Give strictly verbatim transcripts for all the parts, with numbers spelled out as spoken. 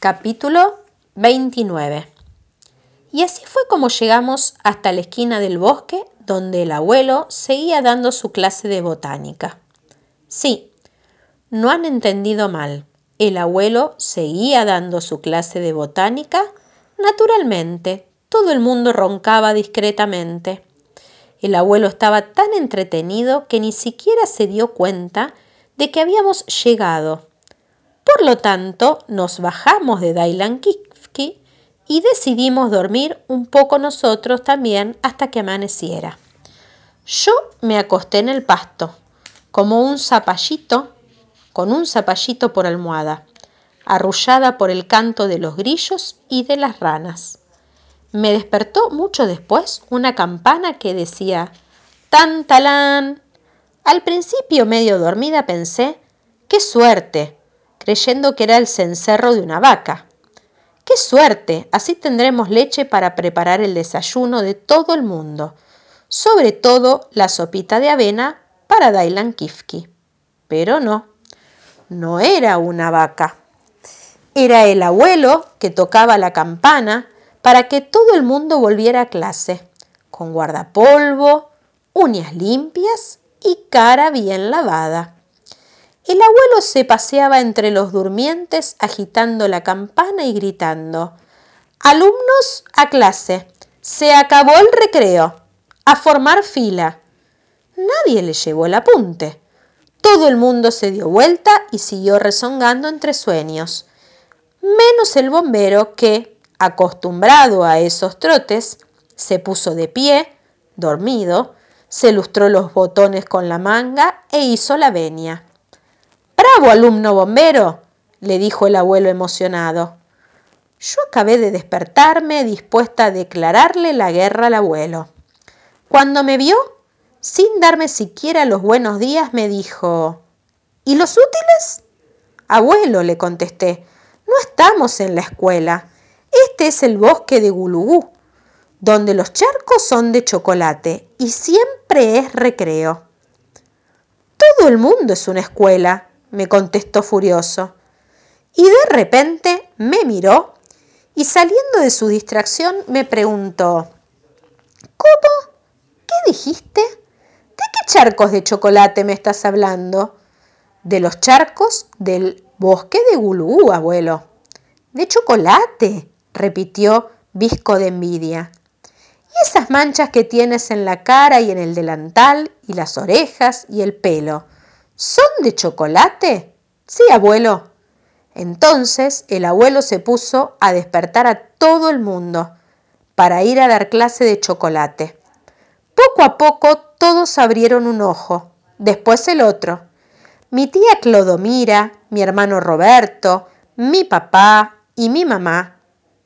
Capítulo veintinueve. Y así fue como llegamos hasta la esquina del bosque donde el abuelo seguía dando su clase de botánica. Sí, no han entendido mal. El abuelo seguía dando su clase de botánica. Naturalmente, todo el mundo roncaba discretamente. El abuelo estaba tan entretenido que ni siquiera se dio cuenta de que habíamos llegado. Por lo tanto, nos bajamos de Dailankiski y decidimos dormir un poco nosotros también hasta que amaneciera. Yo me acosté en el pasto, como un zapallito, con un zapallito por almohada, arrullada por el canto de los grillos y de las ranas. Me despertó mucho después una campana que decía «¡Tan talán!». Al principio, medio dormida, pensé «¡Qué suerte!», creyendo que era el cencerro de una vaca. ¡Qué suerte! Así tendremos leche para preparar el desayuno de todo el mundo, sobre todo la sopita de avena para Dailankiski. Pero no, no era una vaca. Era el abuelo que tocaba la campana para que todo el mundo volviera a clase, con guardapolvo, uñas limpias y cara bien lavada. El abuelo se paseaba entre los durmientes agitando la campana y gritando «Alumnos a clase, se acabó el recreo, a formar fila». Nadie le llevó el apunte. Todo el mundo se dio vuelta y siguió rezongando entre sueños, menos el bombero que, acostumbrado a esos trotes, se puso de pie, dormido, se lustró los botones con la manga e hizo la venia. «¡Bravo, alumno bombero!», le dijo el abuelo emocionado. Yo acabé de despertarme dispuesta a declararle la guerra al abuelo. Cuando me vio, sin darme siquiera los buenos días, me dijo «¿Y los útiles?». «Abuelo», le contesté, «no estamos en la escuela. Este es el bosque de Gulugú, donde los charcos son de chocolate y siempre es recreo». «Todo el mundo es una escuela», me contestó furioso. Y de repente me miró y saliendo de su distracción me preguntó «¿Cómo? ¿Qué dijiste? ¿De qué charcos de chocolate me estás hablando?» «De los charcos del bosque de Gulugú, abuelo». «¿De chocolate?», repitió bizco de envidia. «¿Y esas manchas que tienes en la cara y en el delantal y las orejas y el pelo, son de chocolate?» «Sí, abuelo». Entonces el abuelo se puso a despertar a todo el mundo para ir a dar clase de chocolate. Poco a poco todos abrieron un ojo, después el otro. Mi tía Clodomira, mi hermano Roberto, mi papá y mi mamá,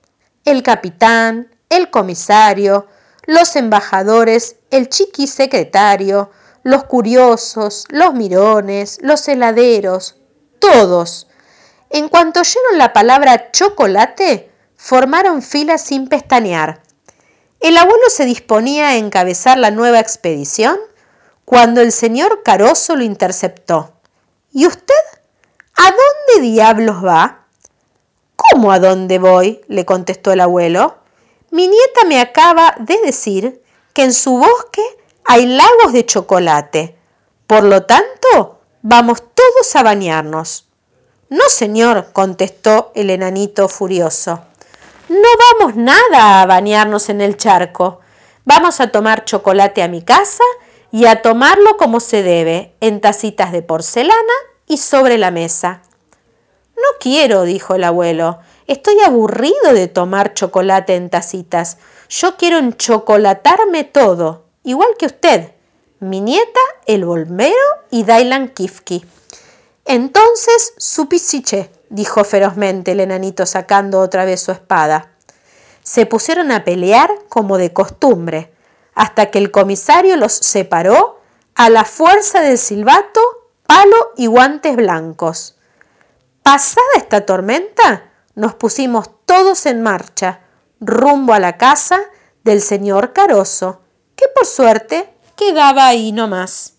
el capitán, el comisario, los embajadores, el chiqui secretario, los curiosos, los mirones, los heladeros, todos. En cuanto oyeron la palabra chocolate, formaron fila sin pestañear. El abuelo se disponía a encabezar la nueva expedición cuando el señor Caroso lo interceptó. «¿Y usted? ¿A dónde diablos va?» «¿Cómo a dónde voy?», le contestó el abuelo. «Mi nieta me acaba de decir que en su bosque hay lagos de chocolate. Por lo tanto, vamos todos a bañarnos». «No, señor», contestó el enanito furioso. «No vamos nada a bañarnos en el charco. Vamos a tomar chocolate a mi casa y a tomarlo como se debe, en tacitas de porcelana y sobre la mesa». «No quiero», dijo el abuelo. «Estoy aburrido de tomar chocolate en tacitas. Yo quiero enchocolatarme todo, igual que usted, mi nieta, el bombero y Dailankiski». «Entonces, supisiché», dijo ferozmente el enanito sacando otra vez su espada. Se pusieron a pelear como de costumbre, hasta que el comisario los separó a la fuerza del silbato, palo y guantes blancos. Pasada esta tormenta, nos pusimos todos en marcha, rumbo a la casa del señor Caroso, que por suerte quedaba ahí nomás.